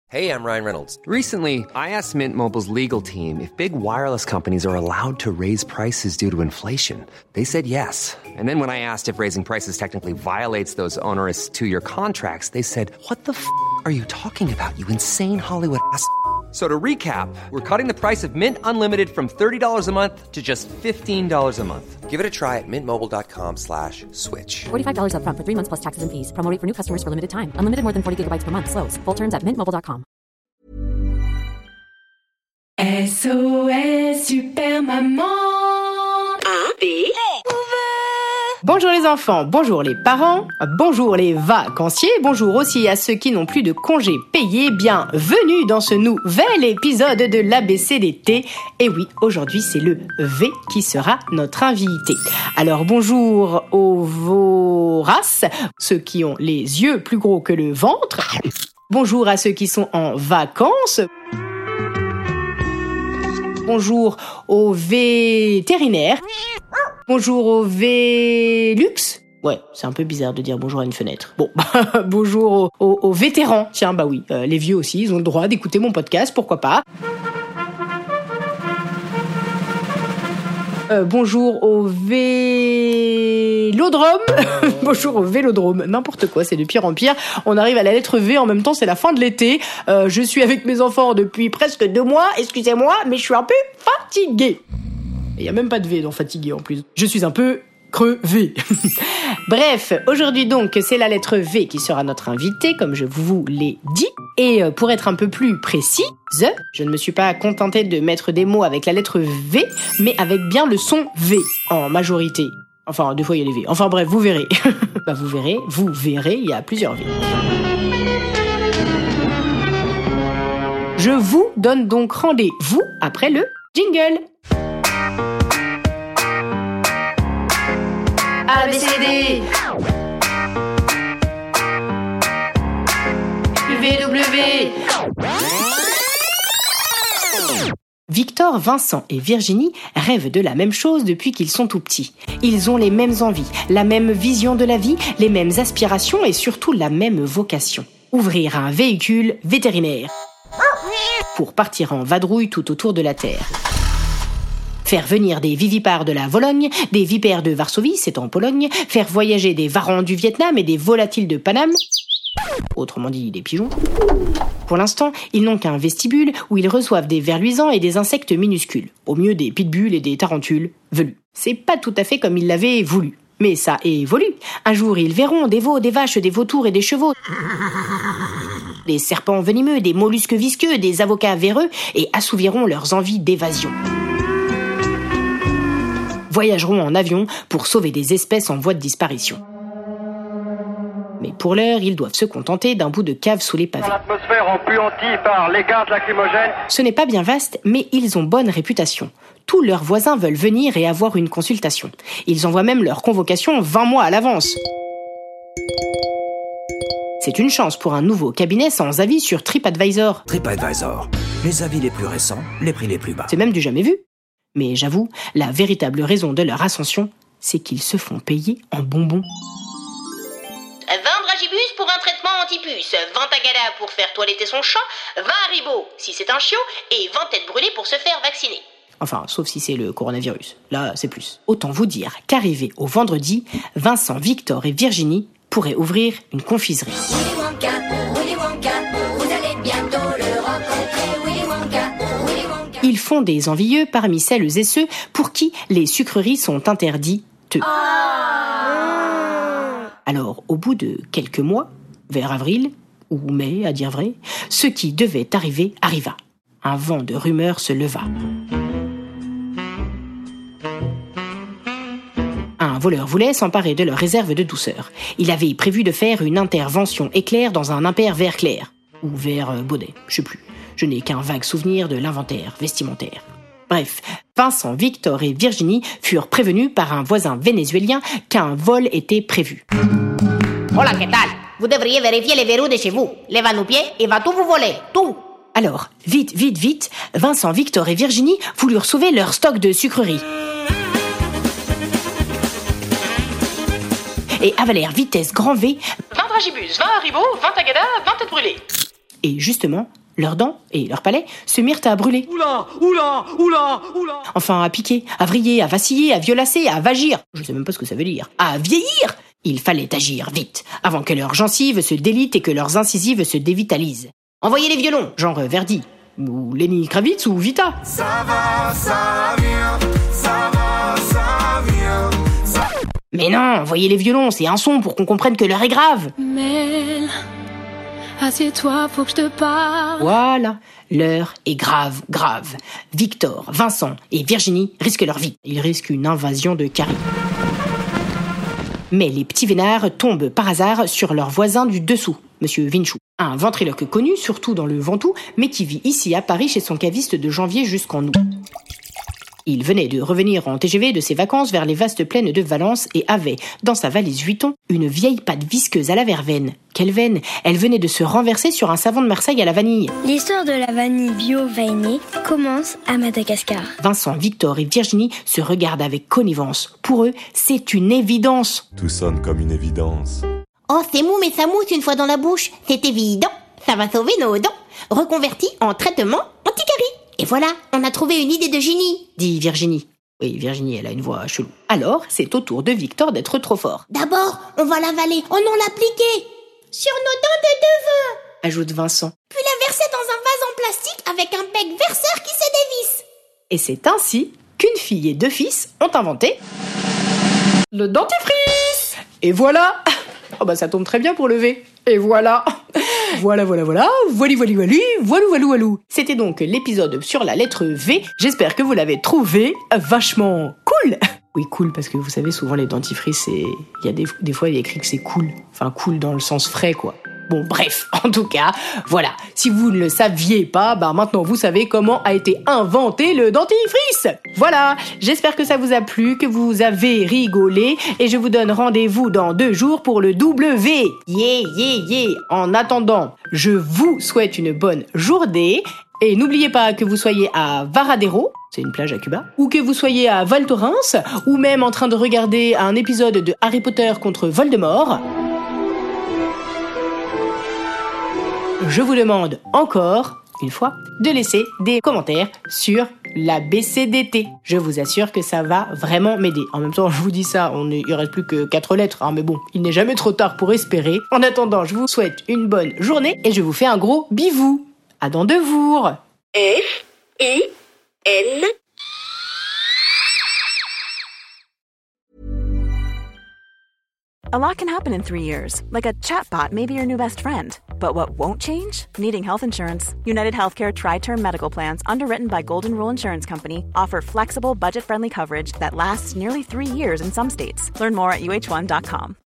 Hey, I'm Ryan Reynolds. Recently, I asked Mint Mobile's legal team if big wireless companies are allowed to raise prices due to inflation. They said yes. And then when I asked if raising prices technically violates those onerous two-year contracts, they said, "What the f*** are you talking about, you insane Hollywood ass?" So to recap, we're cutting the price of Mint Unlimited from $30 a month to just $15 a month. Give it a try at mintmobile.com/switch. $45 up front for 3 months plus taxes and fees. Promo rate for new customers for limited time. Unlimited more than 40 gigabytes per month. Slows full terms at mintmobile.com. SOS Super Maman. Bonjour les enfants, bonjour les parents, bonjour les vacanciers, bonjour aussi à ceux qui n'ont plus de congés payés. Bienvenue dans ce nouvel épisode de l'ABC d'été. Et oui, aujourd'hui c'est le V qui sera notre invité. Alors bonjour aux voraces, ceux qui ont les yeux plus gros que le ventre. Bonjour à ceux qui sont en vacances. Bonjour aux vétérinaires. Bonjour aux Vélux. Ouais, c'est un peu bizarre de dire bonjour à une fenêtre. Bon, bonjour aux vétérans. Tiens, bah oui, les vieux aussi, ils ont le droit d'écouter mon podcast, pourquoi pas. Bonjour au vélodrome. Bonjour au vélodrome. N'importe quoi, c'est de pire en pire. On arrive à la lettre V, en même temps c'est la fin de l'été. Je suis avec mes enfants depuis presque 2 mois, excusez-moi, mais je suis un peu fatiguée. Il n'y a même pas de V dans fatigué en plus. Je suis un peu crevé. Bref, aujourd'hui donc, c'est la lettre V qui sera notre invité, comme je vous l'ai dit. Et pour être un peu plus précise, je ne me suis pas contentée de mettre des mots avec la lettre V, mais avec bien le son V, en majorité. Enfin, des fois il y a des V. Enfin bref, vous verrez. Vous verrez, il y a plusieurs V. Je vous donne donc rendez-vous après le jingle. ABCD VW. Victor, Vincent et Virginie rêvent de la même chose depuis qu'ils sont tout petits. Ils ont les mêmes envies, la même vision de la vie, les mêmes aspirations et surtout la même vocation. Ouvrir un véhicule vétérinaire pour partir en vadrouille tout autour de la Terre. Faire venir des vivipares de la Vologne, des vipères de Varsovie, c'est en Pologne, faire voyager des varans du Vietnam et des volatiles de Paname, autrement dit des pigeons. Pour l'instant, ils n'ont qu'un vestibule où ils reçoivent des vers luisants et des insectes minuscules, au mieux des pitbulls et des tarentules velus. C'est pas tout à fait comme ils l'avaient voulu, mais ça évolue. Un jour, ils verront des veaux, des vaches, des vautours et des chevaux, des serpents venimeux, des mollusques visqueux, des avocats véreux et assouviront leurs envies d'évasion. Voyageront en avion pour sauver des espèces en voie de disparition. Mais pour l'heure, ils doivent se contenter d'un bout de cave sous les pavés. L'atmosphère empuantie par les gaz lacrymogènes. Ce n'est pas bien vaste, mais ils ont bonne réputation. Tous leurs voisins veulent venir et avoir une consultation. Ils envoient même leur convocation 20 mois à l'avance. C'est une chance pour un nouveau cabinet sans avis sur TripAdvisor. TripAdvisor, les avis les plus récents, les prix les plus bas. C'est même du jamais vu. Mais j'avoue, la véritable raison de leur ascension, c'est qu'ils se font payer en bonbons. 20 dragibus pour un traitement anti-puce, 20 tagada pour faire toiletter son chat, 20 haribots si c'est un chiot, et 20 têtes brûlées pour se faire vacciner. Enfin, sauf si c'est le coronavirus. Là, c'est plus. Autant vous dire qu'arrivé au vendredi, Vincent, Victor et Virginie pourraient ouvrir une confiserie. Willy Wonka, vous allez bientôt le rencontrer. Willy Wonka. Ils font des envieux parmi celles et ceux pour qui les sucreries sont interdites. Alors, au bout de quelques mois, vers avril, ou mai, à dire vrai, ce qui devait arriver arriva. Un vent de rumeurs se leva. Un voleur voulait s'emparer de leur réserve de douceur. Il avait prévu de faire une intervention éclair dans un impair vert clair. Ou vert baudet, je sais plus. Je n'ai qu'un vague souvenir de l'inventaire vestimentaire. Bref, Vincent, Victor et Virginie furent prévenus par un voisin vénézuélien qu'un vol était prévu. Hola, ¿qué tal? Vous devriez vérifier les verrous de chez vous. Les va-nous-pieds, il va tout vous voler, tout. Alors, vite, Vincent, Victor et Virginie voulurent sauver leur stock de sucreries. Et avalèrent vitesse grand V 20 dragibus, 20 haribots, 20 tagada, 20 têtes brûlées. Et justement, leurs dents et leurs palais se mirent à brûler. Oula. Enfin, à piquer, à vriller, à vaciller, à violacer, à vagir. Je sais même pas ce que ça veut dire. À vieillir. Il fallait agir vite, avant que leurs gencives se délitent et que leurs incisives se dévitalisent. Envoyez les violons, genre Verdi, ou Lenny Kravitz, ou Vita. Ça va, ça vient, ça va, ça vient. Mais non, envoyez les violons, c'est un son pour qu'on comprenne que l'heure est grave. Mel, assieds-toi, faut que je te parle. Voilà, l'heure est grave. Victor, Vincent et Virginie risquent leur vie. Ils risquent une invasion de caries. Mais les petits vénards tombent par hasard sur leur voisin du dessous, Monsieur Vinchou. Un ventriloque connu, surtout dans le Ventoux, mais qui vit ici à Paris chez son caviste de janvier jusqu'en août. Il venait de revenir en TGV de ses vacances vers les vastes plaines de Valence et avait, dans sa valise Vuitton, une vieille pâte visqueuse à la verveine. Quelle veine! Elle venait de se renverser sur un savon de Marseille à la vanille. L'histoire de la vanille bio-veinée commence à Madagascar. Vincent, Victor et Virginie se regardent avec connivence. Pour eux, c'est une évidence. Tout sonne comme une évidence. Oh, c'est mou mais ça mousse une fois dans la bouche. C'est évident. Ça va sauver nos dents. Reconverti en traitement anti-caries. Et voilà, on a trouvé une idée de génie, dit Virginie. Oui, Virginie, elle a une voix chelou. Alors, c'est au tour de Victor d'être trop fort. D'abord, on va l'avaler. Oh non, l'appliquer sur nos dents de devant, ajoute Vincent. Puis la verser dans un vase en plastique avec un bec verseur qui se dévisse. Et c'est ainsi qu'une fille et deux fils ont inventé le dentifrice. Et voilà. Oh bah ça tombe très bien pour lever. Et voilà. Voilà. Voilou. C'était donc l'épisode sur la lettre V. J'espère que vous l'avez trouvé vachement cool. Oui, cool, parce que vous savez, souvent les dentifrices, il y a des fois, il y a écrit que c'est cool. Enfin, cool dans le sens frais, quoi. Bon, bref, en tout cas, voilà. Si vous ne le saviez pas, maintenant vous savez comment a été inventé le dentifrice. Voilà, j'espère que ça vous a plu, que vous avez rigolé, et je vous donne rendez-vous dans 2 jours pour le W. Yeah. En attendant, je vous souhaite une bonne journée, et n'oubliez pas que vous soyez à Varadero, c'est une plage à Cuba, ou que vous soyez à Val Thorens, ou même en train de regarder un épisode de Harry Potter contre Voldemort. Je vous demande encore, une fois, de laisser des commentaires sur la BCDT. Je vous assure que ça va vraiment m'aider. En même temps, je vous dis ça, il reste plus que 4 lettres, mais bon, il n'est jamais trop tard pour espérer. En attendant, je vous souhaite une bonne journée et je vous fais un gros bivou. À dans 2 jours. F-I-N. A lot can happen in 3 years, like a chatbot may be your new best friend. But what won't change? Needing health insurance. United Healthcare Tri-Term Medical Plans, underwritten by Golden Rule Insurance Company, offer flexible, budget-friendly coverage that lasts nearly 3 years in some states. Learn more at uh1.com.